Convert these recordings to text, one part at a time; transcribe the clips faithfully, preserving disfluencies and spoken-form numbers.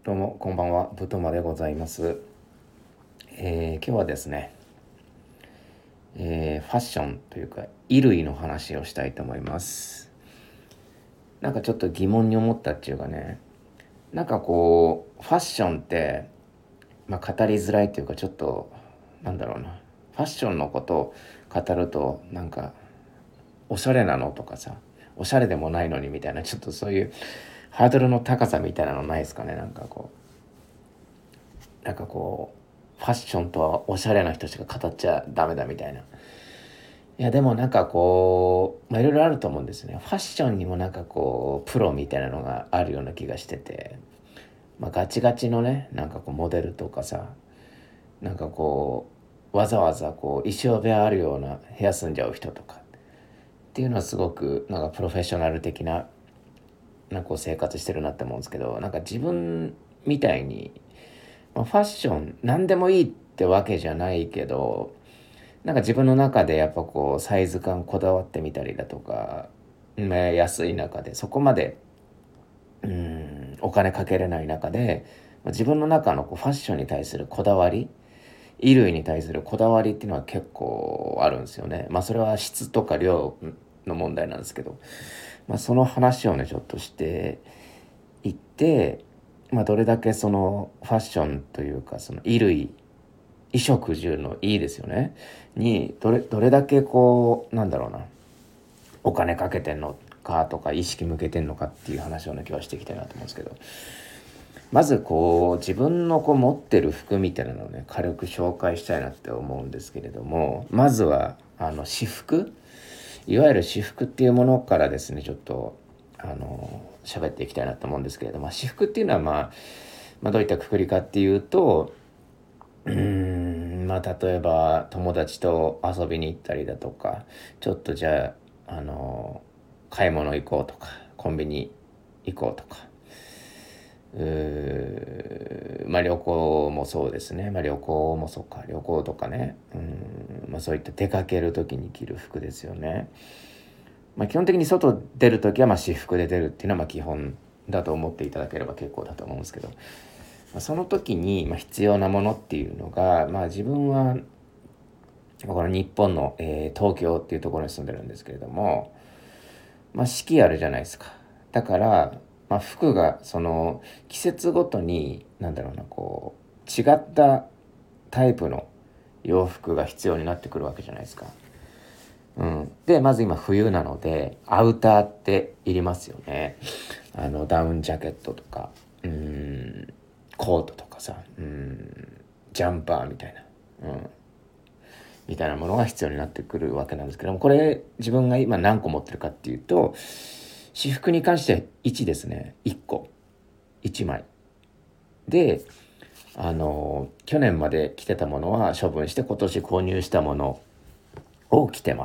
どうもこんばんは、ぶとまでございます。えー今日はですね、えーファッションというか衣類の話をしたいと思います。なんかちょっと疑問に思ったっていうかね、なんかこうファッションって、まあ、語りづらいというか、ちょっとなんだろうな、ファッションのことを語るとなんかおしゃれなのとかさ、おしゃれでもないのにみたいな、ちょっとそういうハードルの高さみたいなのないですかね。なんかこうなんかこうファッションとはおしゃれな人しか語っちゃダメだみたいな。いやでもなんかこう、まあ、いろいろあると思うんですね。ファッションにもなんかこうプロみたいなのがあるような気がしてて、まあ、ガチガチのね、なんかこうモデルとかさ、なんかこうわざわざこう衣装部屋あるような部屋住んじゃう人とかっていうのはすごくなんかプロフェッショナル的ななんかこう生活してるなって思うんですけど、なんか自分みたいに、まあ、ファッション何でもいいってわけじゃないけど、なんか自分の中でやっぱこうサイズ感こだわってみたりだとか、まあ安い中でそこまでうーんお金かけれない中で、まあ自分の中のこうファッションに対するこだわり、衣類に対するこだわりっていうのは結構あるんですよね。まあそれは質とか量の問題なんですけど、まあ、その話をねちょっとしていって、まあ、どれだけそのファッションというかその衣類、衣食住のいいですよねにどれどれだけこうなんだろうな、お金かけてんのかとか意識向けてんのかっていう話をね今日はしていきたいなと思うんですけど、まずこう自分のこう持ってる服みたいなのをね軽く紹介したいなって思うんですけれども、まずはあの私服、いわゆる私服っていうものからですねちょっとあの喋っていきたいなと思うんですけれども、私服っていうのは、まあ、まあどういったくくりかっていうと、うーんまあ例えば友達と遊びに行ったりだとか、ちょっとじゃああの買い物行こうとか、コンビニ行こうとか、うーまあ旅行もそうですね、まあ旅行もそうか、旅行とかね、うん、まあそういった出かける時に着る服ですよね。まあ基本的に外出る時はまあ私服で出るっていうのはまあ基本だと思っていただければ結構だと思うんですけど、まあ、その時にまあ必要なものっていうのが、まあ自分はこの日本の、えー東京っていうところに住んでるんですけれども、まあ、四季あるじゃないですか。だから、まあ、服がその季節ごとになんだろうな、こう違ったタイプの洋服が必要になってくるわけじゃないですか。うん、でまず今冬なのでアウターっていりますよね。あのダウンジャケットとか、うーんコートとかさ、うーんジャンパーみたいな、うん、みたいなものが必要になってくるわけなんですけども、これ自分が今何個持ってるかっていうと、私服に関してはいちですね、いっこ、いちまいで、あの去年まで着てたものは処分して今年購入したものを着てます。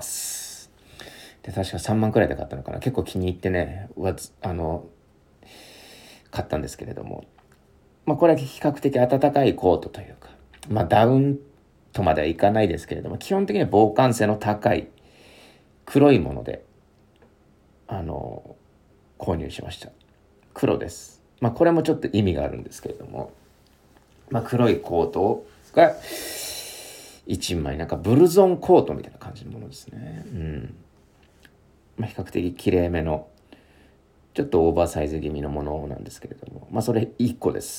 で確かさんまんくらいで買ったのかな、結構気に入ってね、わずあの買ったんですけれども、まあこれは比較的暖かいコートというか、まあダウンとまではいかないですけれども、基本的には防寒性の高い黒いものであの購入しました。黒です。まあこれもちょっと意味があるんですけれども、まあ、黒いコートがいちまい、なんかブルゾンコートみたいな感じのものですね。うん。まあ、比較的きれいめのちょっとオーバーサイズ気味のものなんですけれども、まあそれいっこです。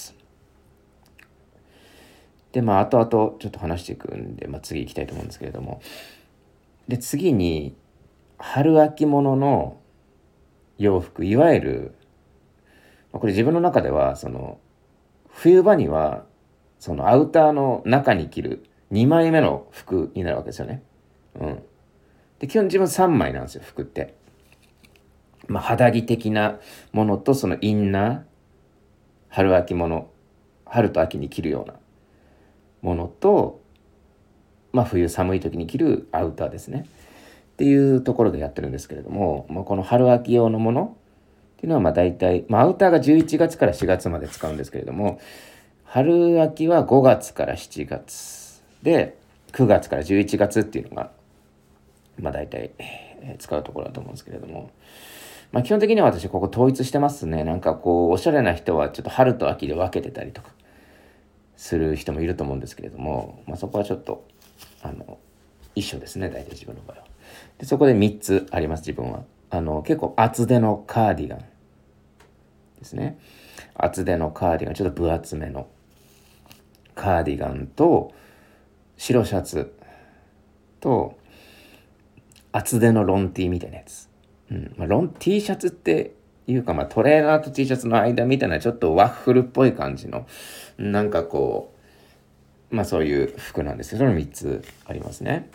でまあ後々ちょっと話していくんで、まあ、次行きたいと思うんですけれども、で次に春秋物の洋服、いわゆる、まあこれ自分の中ではその冬場にはそのアウターの中に着るにまいめの服になるわけですよね。うん。で基本自分さんまいなんですよ、服って。まあ肌着的なものとそのインナー、春秋物、春と秋に着るようなものと、まあ冬寒い時に着るアウターですねっていうところでやってるんですけれども、まあ、この春秋用のものっていうのはまあ大体、まあ、アウターがじゅういちがつからしがつまで使うんですけれども、春秋はごがつからしちがつで、くがつからじゅういちがつっていうのがまあ大体使うところだと思うんですけれども、 まあ基本的には私ここ統一してますね。なんかこう、おしゃれな人はちょっと春と秋で分けてたりとかする人もいると思うんですけれども、まあそこはちょっと、あの、一緒ですね、大体自分の場合は。で、そこでみっつあります、自分は。あの、結構厚手のカーディガンですね。厚手のカーディガン、ちょっと分厚めのカーディガンと、白シャツと、厚手のロン T みたいなやつ。うんまあ、ロン T シャツっていうか、まあ、トレーナーと T シャツの間みたいなちょっとワッフルっぽい感じの、なんかこう、まあそういう服なんですけど、そのみっつありますね。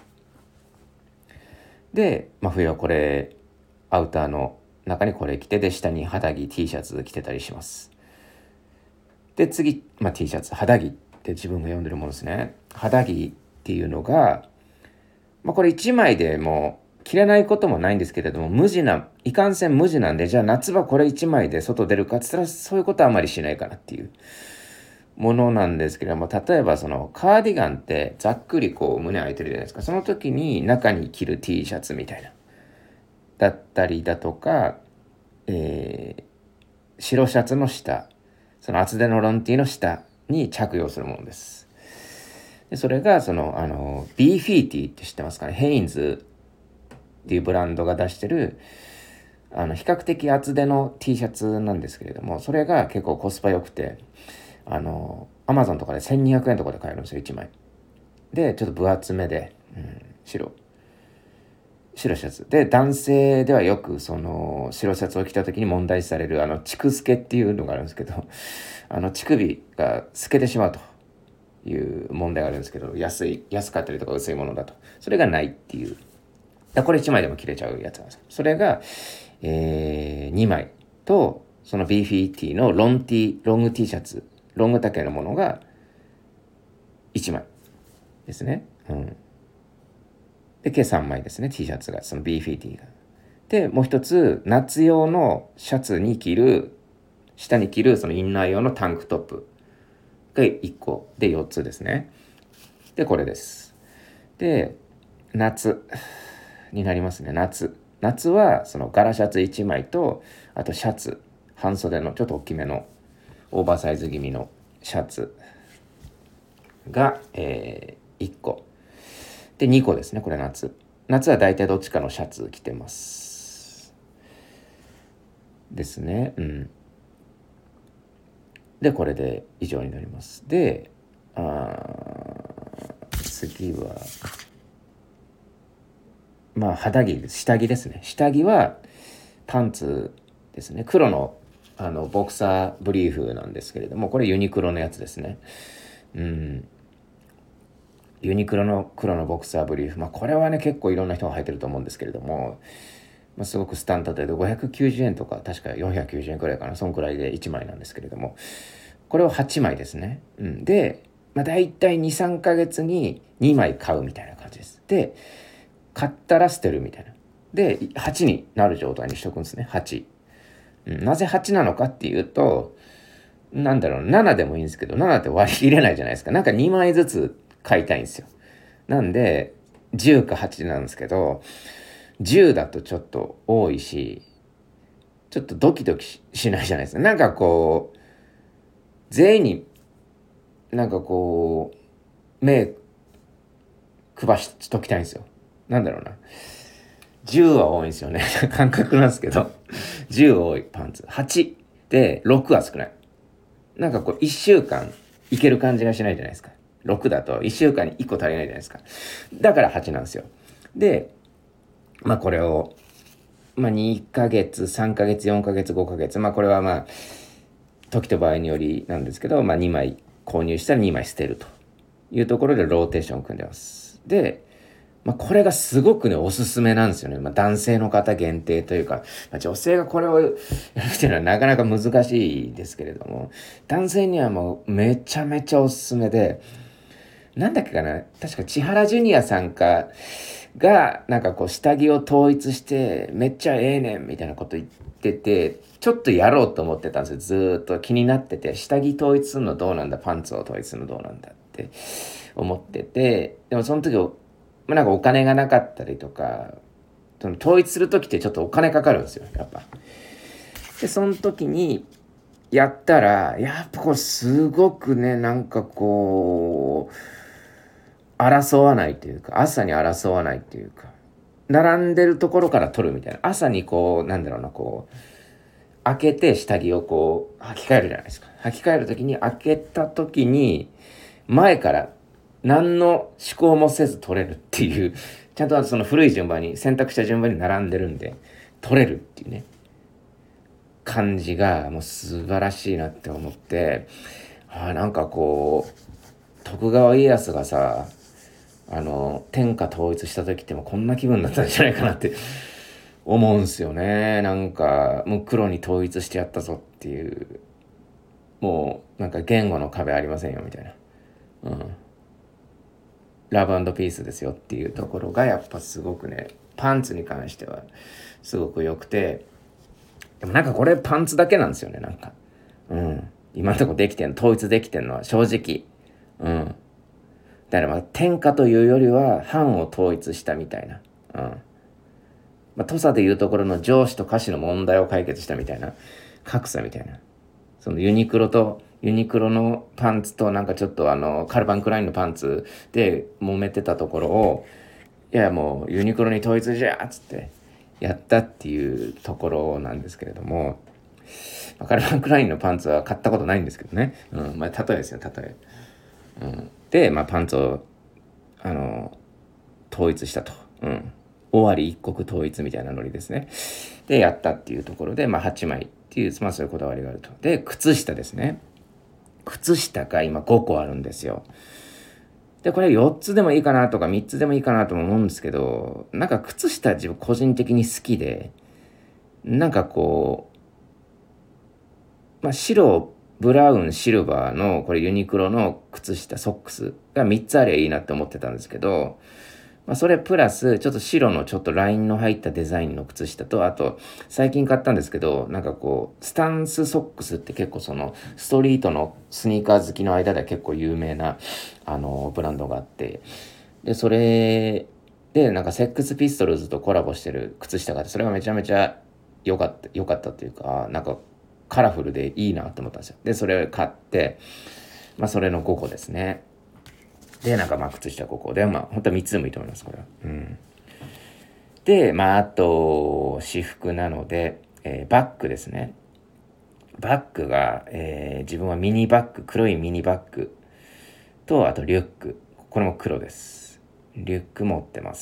で、まあ、冬はこれ、アウターの中にこれ着て、で、下に肌着 T シャツ着てたりします。で、次、まあ、T シャツ、肌着って自分が読んでるものですね。肌着っていうのが、まあ、これいちまいでもう着れないこともないんですけれども、無地な、いかんせん無地なんで、じゃあ夏場これいちまいで外出るかって言ったら、そういうことはあまりしないかなっていうものなんですけれども、例えばそのカーディガンってざっくりこう胸開いてるじゃないですか。その時に中に着る T シャツみたいな。だったりだとか、えー、白シャツの下、その厚手のロン T の下に着用するものです。でそれがそのあの ビーフィーティー って知ってますかね。ヘインズっていうブランドが出してるあの比較的厚手の T シャツなんですけれども、それが結構コスパ良くて、あの Amazon とかでせんにひゃくえんとかで買えるんですよ、いちまいで。ちょっと分厚めで、うん、白白シャツで、男性ではよくその白シャツを着た時に問題視されるあの乳透けっていうのがあるんですけど、あの乳首が透けてしまうという問題があるんですけど、安い安かったりとか薄いものだとそれがないっていう。これいちまいでも着れちゃうやつなんですよ。それが、えー、にまいと、その ビーフィーティー のロン T、ロング T シャツ、ロング丈のものがいちまいですね。うん。で、計さんまいですね、T シャツが、その ビーフィーティー が。で、もう一つ、夏用のシャツに着る、下に着るそのインナー用のタンクトップがいっこでよっつですね。で、これです。で、夏になりますね。夏。夏はその柄シャツいちまいと、あとシャツ、半袖のちょっと大きめのオーバーサイズ気味のシャツが、えー、いっこ。で、にこですね、これ夏。夏は大体どっちかのシャツ着てます。ですね。うん。で、これで以上になります。で、あ次は、まあ肌着です。下着ですね。下着はパンツですね。黒のあのボクサーブリーフなんですけれども、これユニクロのやつですね。うん。ユニクロの黒のボクサーブリーフ。まあこれはね結構いろんな人が履いてると思うんですけれども、まあ、すごくスタンダードでごひゃくきゅうじゅうえんとか確かよんひゃくきゅうじゅうえんくらいかな。そんくらいでいちまいなんですけれども、これをはちまいですね。うん。で、まあ大体に、さんかげつににまい買うみたいな感じです。で、買ったら捨てるみたいな。で、はちになる状態にしとくんですね。はち。うん、なぜはちなのかっていうと、なんだろう、ななでもいいんですけど、ななって割り切れないじゃないですか。なんかにまいずつ買いたいんですよ。なんで、じゅうかはちなんですけど、じゅうだとちょっと多いし、ちょっとドキドキ し, しないじゃないですか。なんかこう、全員になんかこう、目配しときたいんですよ。なんだろうな。じゅうは多いんですよね。感覚なんですけど。じゅう多いパンツ。はちでろくは少ない。なんかこういっしゅうかんいける感じがしないじゃないですか。ろくだといっしゅうかんにいっこ足りないじゃないですか。だからはちなんですよ。で、まあこれを、まあにかげつ、さんかげつ、よんかげつ、ごかげつ。まあこれはまあ、時と場合によりなんですけど、まあにまい購入したらにまい捨てるというところでローテーションを組んでます。で、まあ、これがすごくね、おすすめなんですよね。まあ、男性の方限定というか、まあ、女性がこれをやるっていうのはなかなか難しいですけれども、男性にはもうめちゃめちゃおすすめで、なんだっけかな、確か千原ジュニアさんかが、なんかこう下着を統一してめっちゃええねんみたいなこと言ってて、ちょっとやろうと思ってたんですよ。ずーっと気になってて、下着統一するのどうなんだ、パンツを統一するのどうなんだって思ってて、でもその時まあ、なんかお金がなかったりとかその統一する時ってちょっとお金かかるんですよやっぱ。でその時にやったらやっぱこれすごくねなんかこう争わないというか朝に争わないというか並んでるところから取るみたいな。朝にこうなんだろうなこう開けて下着をこう履き替えるじゃないですか。履き替える時に開けた時に前から何の思考もせず取れるっていうちゃんとその古い順番に選択した順番に並んでるんで取れるっていうね感じがもう素晴らしいなって思って、あーなんかこう徳川家康がさあの天下統一した時ってもうこんな気分だったんじゃないかなって思うんすよね。なんかもう黒に統一してやったぞっていう、もうなんか言語の壁ありませんよみたいな、うん、ラブ&ピースですよっていうところがやっぱすごくねパンツに関してはすごく良くて、でもなんかこれパンツだけなんですよねなんか、うん、今のところできてん統一できてんのは正直、うん、だからまあ天下というよりは藩を統一したみたいな、うんまあ、土佐でいうところの上司と下司の問題を解決したみたいな格差みたいな、そのユニクロとユニクロのパンツとなんかちょっとあのカルバンクラインのパンツで揉めてたところをいやもうユニクロに統一じゃっつってやったっていうところなんですけれども、まあ、カルバンクラインのパンツは買ったことないんですけどね、うんまあ、例えですよ例え、うん、で、まあ、パンツをあの統一したと、うん尾張一国統一みたいなノリですね。でやったっていうところで、まあ、はちまいっていう、まあ、そういうこだわりがあると。で靴下ですね。靴下が今ごこあるんですよ。でこれよっつでもいいかなとかみっつでもいいかなとも思うんですけど、なんか靴下自分個人的に好きで、なんかこう、まあ、白ブラウンシルバーのこれユニクロの靴下ソックスがみっつありゃいいなって思ってたんですけど、まあ、それプラスちょっと白のちょっとラインの入ったデザインの靴下と、あと最近買ったんですけどなんかこうスタンスソックスって結構そのストリートのスニーカー好きの間では結構有名なあのブランドがあって、でそれでなんかセックスピストルズとコラボしてる靴下があって、それがめちゃめちゃ良かった良かったっていうかなんかカラフルでいいなと思ったんですよ。でそれを買って、まあ、それのごこですね。でなんかまあ靴下ごこでまあ本当はみっつでもいいと思いますこれは。うん、でまああと私服なので、えー、バッグですね。バッグが、えー、自分はミニバッグ黒いミニバッグとあとリュック、これも黒です。リュック持ってます。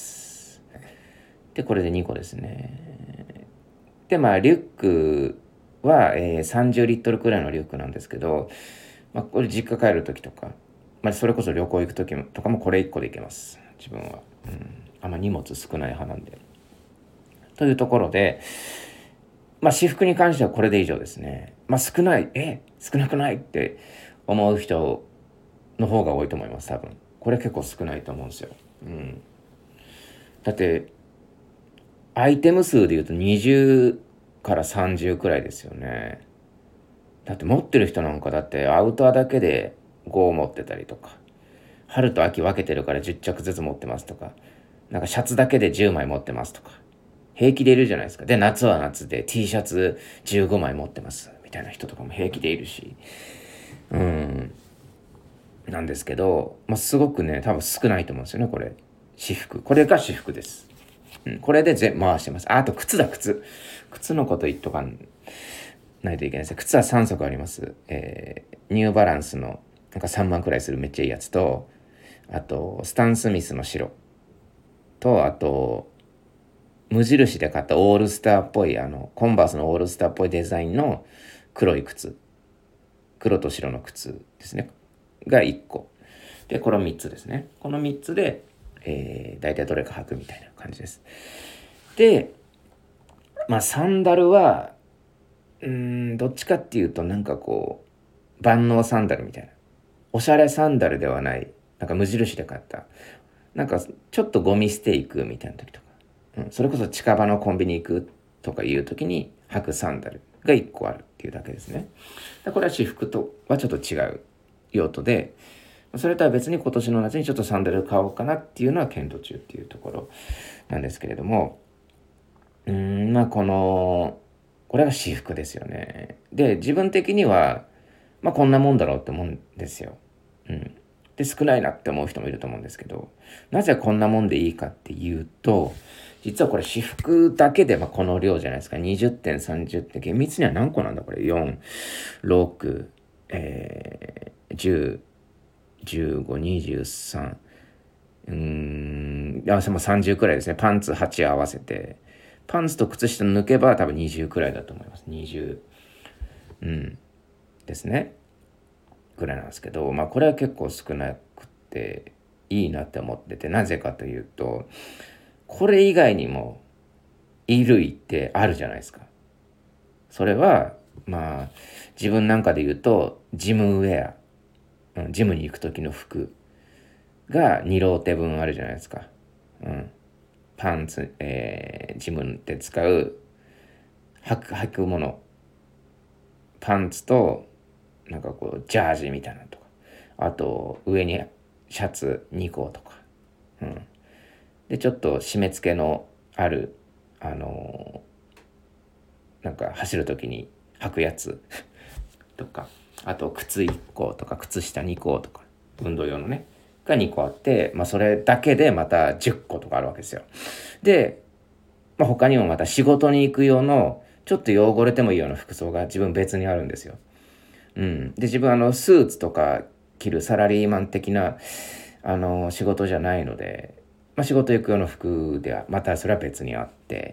でこれでにこですね。でまあリュックは、えー、さんじゅうリットルくらいのリュックなんですけど、まあ、これ実家帰る時とか、まあ、それこそ旅行行く時とかもこれいっこで行けます自分は、うん、あんま荷物少ない派なんで。というところで、まあ、私服に関してはこれで以上ですね。まあ少ないえ少なくないって思う人の方が多いと思います多分。これ結構少ないと思うんですよ、うん、だってアイテム数でいうとにじゅうからさんじゅうくらいですよね。だって持ってる人なんかだってアウターだけでご持ってたりとか、春と秋分けてるからじゅっちゃくずつ持ってますとか、なんかシャツだけでじゅうまい持ってますとか平気でいるじゃないですか。で夏は夏で T シャツじゅうごまい持ってますみたいな人とかも平気でいるし、うんなんですけど、まあ、すごくね多分少ないと思うんですよねこれ。私服これが私服です、うん、これでぜ回してます。 あ, あと靴だ靴靴のこと言っとかないといけないです。靴はさんそくあります、えー、ニューバランスのなんかさんまんくらいするめっちゃいいやつと、あとスタン・スミスの白と、あと無印で買ったオールスターっぽいあのコンバースのオールスターっぽいデザインの黒い靴、黒と白の靴ですねがいっこで、このみっつですね。このみっつで、えー、大体どれか履くみたいな感じです。でまあサンダルはうーんどっちかっていうとなんかこう万能サンダルみたいな、おしゃれサンダルではない、なんか無印で買ったなんかちょっとゴミ捨て行くみたいな時とか、うん、それこそ近場のコンビニ行くとかいう時に履くサンダルがいっこあるっていうだけですね。これは私服とはちょっと違う用途で、それとは別に今年の夏にちょっとサンダル買おうかなっていうのは検討中っていうところなんですけれども、 うーん、まあこの、これが私服ですよね。で、自分的には、まあこんなもんだろうって思うんですよ。うん。で、少ないなって思う人もいると思うんですけど、なぜこんなもんでいいかっていうと、実はこれ私服だけでまあこの量じゃないですか。にじゅってん、さんじゅってん、厳密には何個なんだこれ。よん、ろく、えー、じゅう、じゅうご、にじゅうさん、うーん、いや、そのさんじゅうくらいですね。パンツはち合わせて。パンツと靴下抜けば多分にじゅうくらいだと思います。にじゅう、うん、ですね。くらいなんですけど、まあこれは結構少なくていいなって思ってて、なぜかというと、これ以外にも衣類ってあるじゃないですか。それは、まあ、自分なんかで言うと、ジムウェア、うん、ジムに行く時の服がにローテ分あるじゃないですか。うん。パンツ、えー、ジムで使う履く、履くもの、パンツと、なんかこう、ジャージみたいなのとか、あと、上にシャツにことか、うん。で、ちょっと締め付けのある、あのーなんか走る時に履くやつとか、あと靴いっことか、靴下にことか、運動用のね、がにこあって、まあそれだけでまたじゅっことかあるわけですよ。で、まあ、他にもまた仕事に行く用のちょっと汚れてもいいような服装が自分別にあるんですよ。うん、で自分あのスーツとか着るサラリーマン的なあの仕事じゃないので、まあ、仕事行く用の服ではまたそれは別にあって、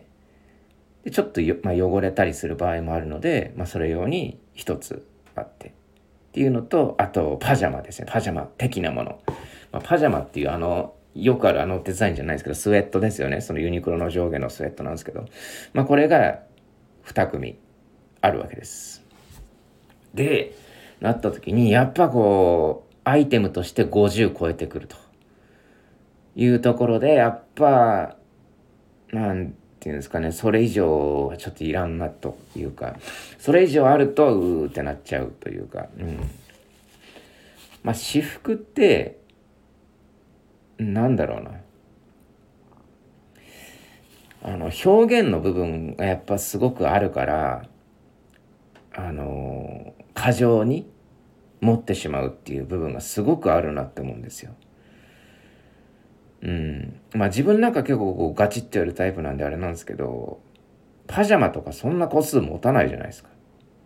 でちょっとよ、まあ、汚れたりする場合もあるので、まあ、それ用に一つあってっていうのと、あとパジャマですね。パジャマ的なもの、まあ、パジャマっていうあのよくあるあのデザインじゃないですけど、スウェットですよね。そのユニクロの上下のスウェットなんですけど、まあ、これがに組あるわけです。でなった時にやっぱこうアイテムとしてごじゅう超えてくるというところで、やっぱなんていうんですかね、それ以上はちょっといらんなというか、それ以上あるとうーってなっちゃうというか、うん、まあ私服ってなんだろうな、あの表現の部分がやっぱすごくあるから、あの過剰に持ってしまうっていう部分がすごくあるなって思うんですよ。うん。まあ自分なんか結構こうガチッとやるタイプなんであれなんですけど、パジャマとかそんな個数持たないじゃないですか。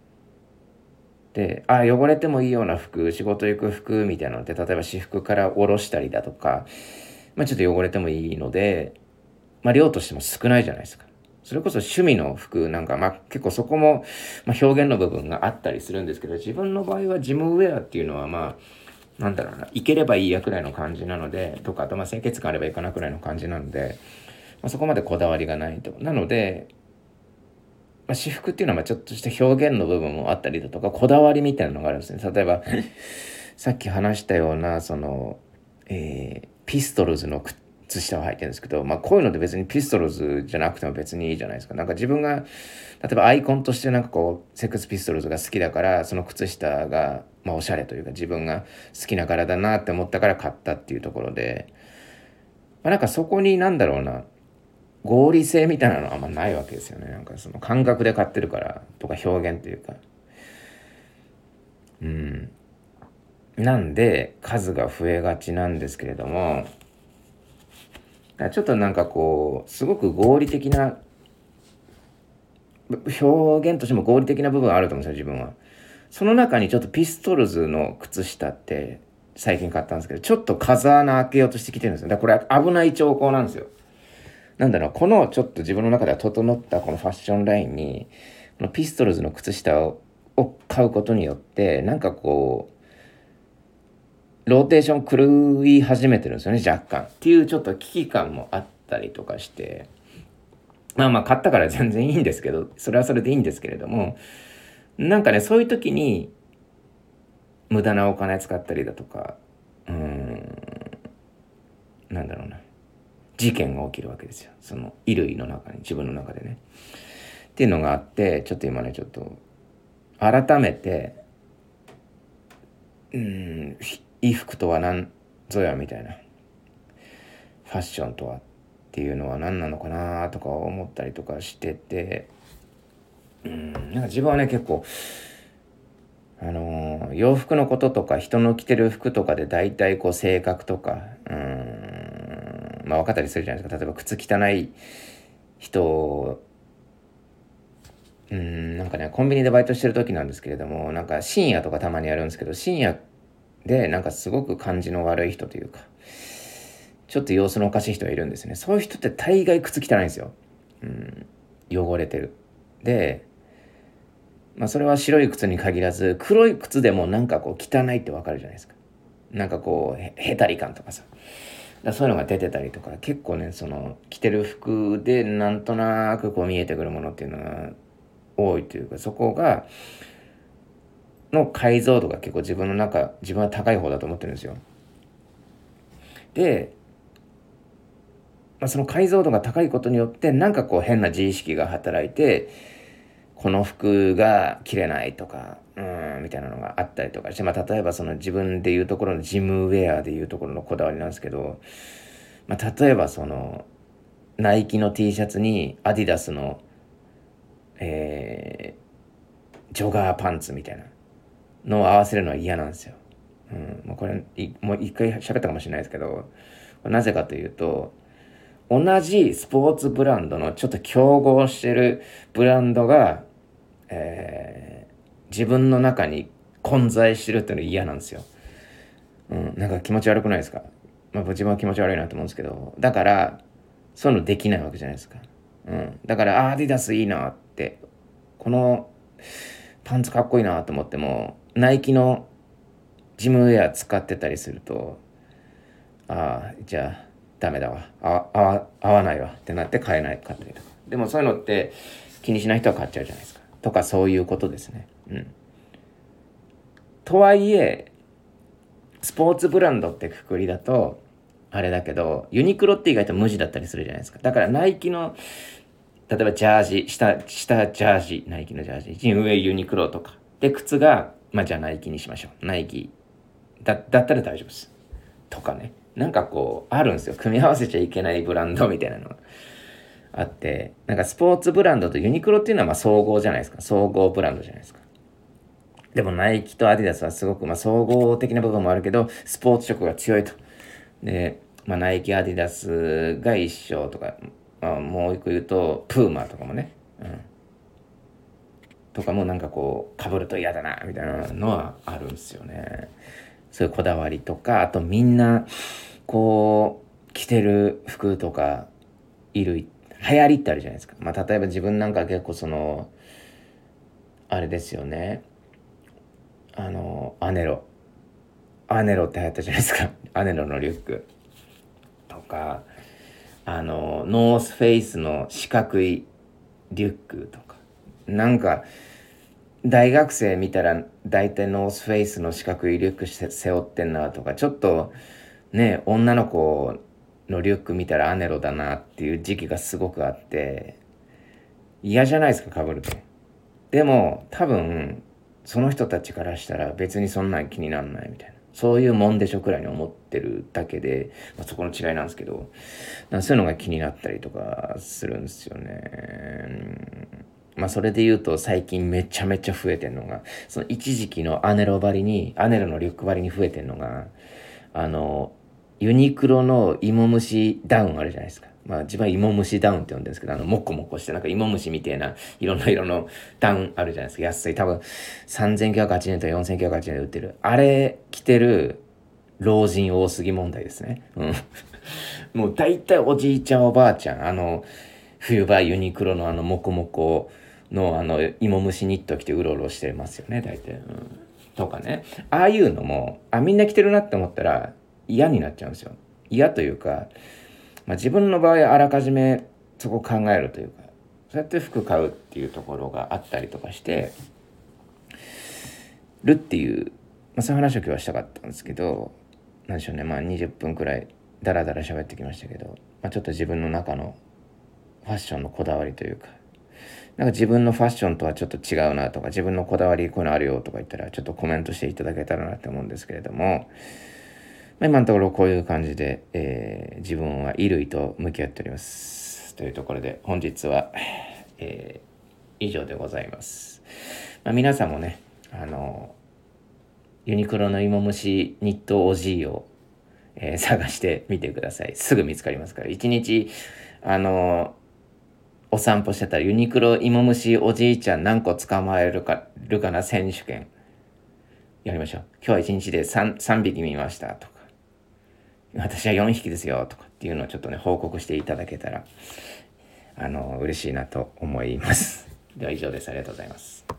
で、あ、汚れてもいいような服、仕事行く服みたいなので、例えば私服から下ろしたりだとか、まあちょっと汚れてもいいので、まあ量としても少ないじゃないですか。それこそ趣味の服なんか、まあ結構そこも、まあ、表現の部分があったりするんですけど、自分の場合はジムウェアっていうのはまあ、なんだろうな、行ければいいやくらいの感じなので、とか、あとまあ清潔感あればいいかなくらいの感じなので、まあ、そこまでこだわりがないと。なので、まあ、私服っていうのはまあちょっとした表現の部分もあったりだとか、こだわりみたいなのがあるんですね。例えば、さっき話したような、その、えー、ピストルズの靴下を履いてるんですけど、まあこういうので別にピストルズじゃなくても別にいいじゃないですか。なんか自分が、例えばアイコンとしてなんかこう、セックスピストルズが好きだから、その靴下が、まあおしゃれというか自分が好きな柄だなって思ったから買ったっていうところで、まあなんかそこになんだろうな、合理性みたいなのはあんまないわけですよね。なんかその感覚で買ってるからとか表現というか。うん。なんで数が増えがちなんですけれども、ちょっとなんかこう、すごく合理的な、表現としても合理的な部分あると思うんですよ、自分は。その中にちょっとピストルズの靴下って最近買ったんですけど、ちょっと風穴開けようとしてきてるんですよ。だからこれ危ない兆候なんですよ。なんだろう、このちょっと自分の中では整ったこのファッションラインに、このピストルズの靴下をを買うことによって、なんかこう、ローテーション狂い始めてるんですよね、若干。っていうちょっと危機感もあったりとかして、まあまあ買ったから全然いいんですけど、それはそれでいいんですけれども、なんかね、そういう時に無駄なお金使ったりだとか、うーん、なんだろうな、事件が起きるわけですよ。その衣類の中に、自分の中でね。っていうのがあって、ちょっと今ね、ちょっと改めて、うーん、衣服とは何ぞやみたいな、ファッションとは。 っていうのは何なのかなとか思ったりとかしてて、うん、なんか自分はね結構あのー洋服のこととか人の着てる服とかで大体こう性格とかうーんまあ分かったりするじゃないですか。例えば靴汚い人うーんなんかねコンビニでバイトしてる時なんですけれども、なんか深夜とかたまにやるんですけど、深夜でなんかすごく感じの悪い人というかちょっと様子のおかしい人がいるんですね。そういう人って大概靴汚いんですよ。うん、汚れてる。でまあそれは白い靴に限らず黒い靴でもなんかこう汚いってわかるじゃないですか。なんかこうへへたり感とかさ、だそういうのが出てたりとか、結構ねその着てる服でなんとなくこう見えてくるものっていうのが多いというか、そこがの解像度が結構自分の中自分は高い方だと思ってるんですよ。で、まあ、その解像度が高いことによってなんかこう変な自意識が働いて、この服が着れないとかうーんみたいなのがあったりとかして、まあ、例えばその自分でいうところのジムウェアでいうところのこだわりなんですけど、まあ、例えばそのナイキの T シャツにアディダスの、えー、ジョガーパンツみたいなのを合わせるのは嫌なんですよ。うん、もうこれいもう一回喋ったかもしれないですけど、なぜかというと同じスポーツブランドのちょっと競合してるブランドが、えー自分の中に混在してるっていうの嫌なんですよ。うん、なんか気持ち悪くないですか？まあ自分は気持ち悪いなと思うんですけど、だからそういうのできないわけじゃないですか。うん、だからアディダスいいなって、このパンツかっこいいなと思ってもナイキのジムウェア使ってたりすると、ああじゃあダメだわ、ああわ合わないわってなって買えないかったりとか。でもそういうのって気にしない人は買っちゃうじゃないですか。とかそういうことですね。うん。とはいえスポーツブランドってくくりだとあれだけど、ユニクロって意外と無地だったりするじゃないですか。だからナイキの例えばジャージ下下ジャージ、ナイキのジャージ上ユニクロとかで、靴がまあじゃあナイキにしましょう、ナイキだだったら大丈夫ですとかね。なんかこうあるんですよ、組み合わせちゃいけないブランドみたいなのがあって、なんかスポーツブランドとユニクロっていうのはまあ総合じゃないですか。総合ブランドじゃないですか。でもナイキとアディダスはすごくまあ総合的な部分もあるけどスポーツ色が強いと。で、まあ、ナイキアディダスが一緒とか、まあ、もう一個言うとプーマとかもね、うん、とかもなんかこう被ると嫌だなみたいなのはあるんですよね。そういうこだわりとか、あとみんなこう着てる服とかいる流行りってあるじゃないですか。まあ例えば自分なんか結構そのあれですよね、あのアネロアネロって流行ったじゃないですか。アネロのリュックとか、あのノースフェイスの四角いリュックとか、なんか大学生見たら大体ノースフェイスの四角いリュック背負ってんなとか、ちょっとね女の子のリュック見たらアネロだなっていう時期がすごくあって、嫌じゃないですか、被ると。でも多分その人たちからしたら別にそんなん気になんないみたいな、そういうもんでしょくらいに思ってるだけで、まあ、そこの違いなんですけど、そういうのが気になったりとかするんですよね。まあそれで言うと最近めちゃめちゃ増えてんのが、その一時期のアネロ張りにアネロのリュック張りに増えてんのが、あのユニクロの芋虫ダウンあるじゃないですか。まあ自分は芋虫ダウンって呼んでるんですけど、あのモコモコしてなんか芋虫みたいないろんな色のダウンあるじゃないですか。安い、多分さんぜんきゅうひゃくはちじゅうえんとかよんせんきゅうひゃくはちじゅうえんで売ってるあれ着てる老人多すぎ問題ですね。うん。もう大体おじいちゃんおばあちゃん、あの冬場ユニクロのあのモコモコのあの芋虫ニット着てうろうろしてますよね大体、うん、とかね。ああいうのもあみんな着てるなって思ったら嫌になっちゃうんですよ。嫌というか、まあ、自分の場合あらかじめそこ考えるというか、そうやって服買うっていうところがあったりとかしてるっていう、まあ、そういう話を今日はしたかったんですけど、なんでしょうね、まあにじゅっぷんくらいダラダラ喋ってきましたけど、まあ、ちょっと自分の中のファッションのこだわりというか、なんか自分のファッションとはちょっと違うなとか、自分のこだわりこういうのあるよとか言ったらちょっとコメントしていただけたらなって思うんですけれども、 まあ、今のところこういう感じで、えー、自分は衣類と向き合っておりますというところで、本日は、えー、以上でございます。まあ、皆さんもね、あのユニクロの芋虫ニットおじいを、えー、探してみてください。すぐ見つかりますから。一日あのお散歩してたらユニクロ芋虫おじいちゃん何個捕まえるかるかな選手権やりましょう。今日は一日で 3, 3匹見ましたとか、私はよんひきですよとかっていうのをちょっとね報告していただけたらあの嬉しいなと思います。では以上です。ありがとうございます。